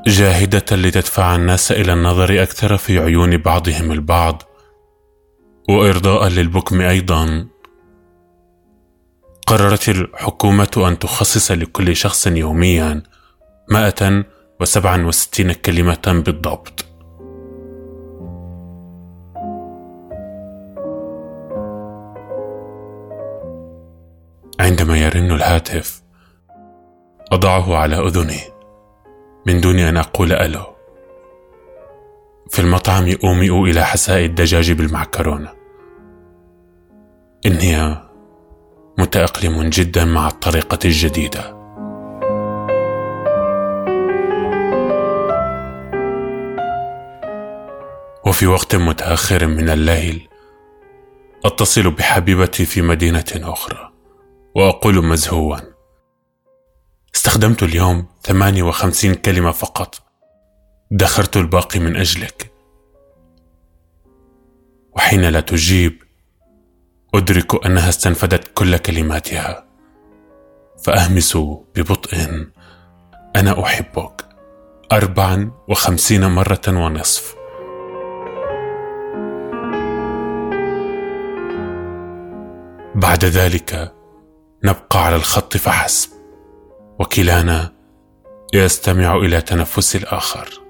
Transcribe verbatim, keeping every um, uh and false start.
جاهدة لتدفع الناس إلى النظر أكثر في عيون بعضهم البعض، وإرضاء للبكم أيضا، قررت الحكومة أن تخصص لكل شخص يوميا مائة وسبعة وستين كلمة بالضبط. عندما يرن الهاتف أضعه على أذني من دون أن أقول ألو. في المطعم أومئ إلى حساء الدجاج بالمعكرونة. إني متأقلم جدا مع الطريقة الجديدة. وفي وقت متأخر من الليل أتصل بحبيبتي في مدينة أخرى وأقول مزهوا: استخدمت اليوم ثمانية وخمسين كلمة فقط، دخرت الباقي من أجلك. وحين لا تجيب أدرك أنها استنفدت كل كلماتها، فأهمس ببطء: أنا أحبك أربعا وخمسين مرة ونصف. بعد ذلك نبقى على الخط فحسب، وكلانا يستمع إلى تنفس الآخر.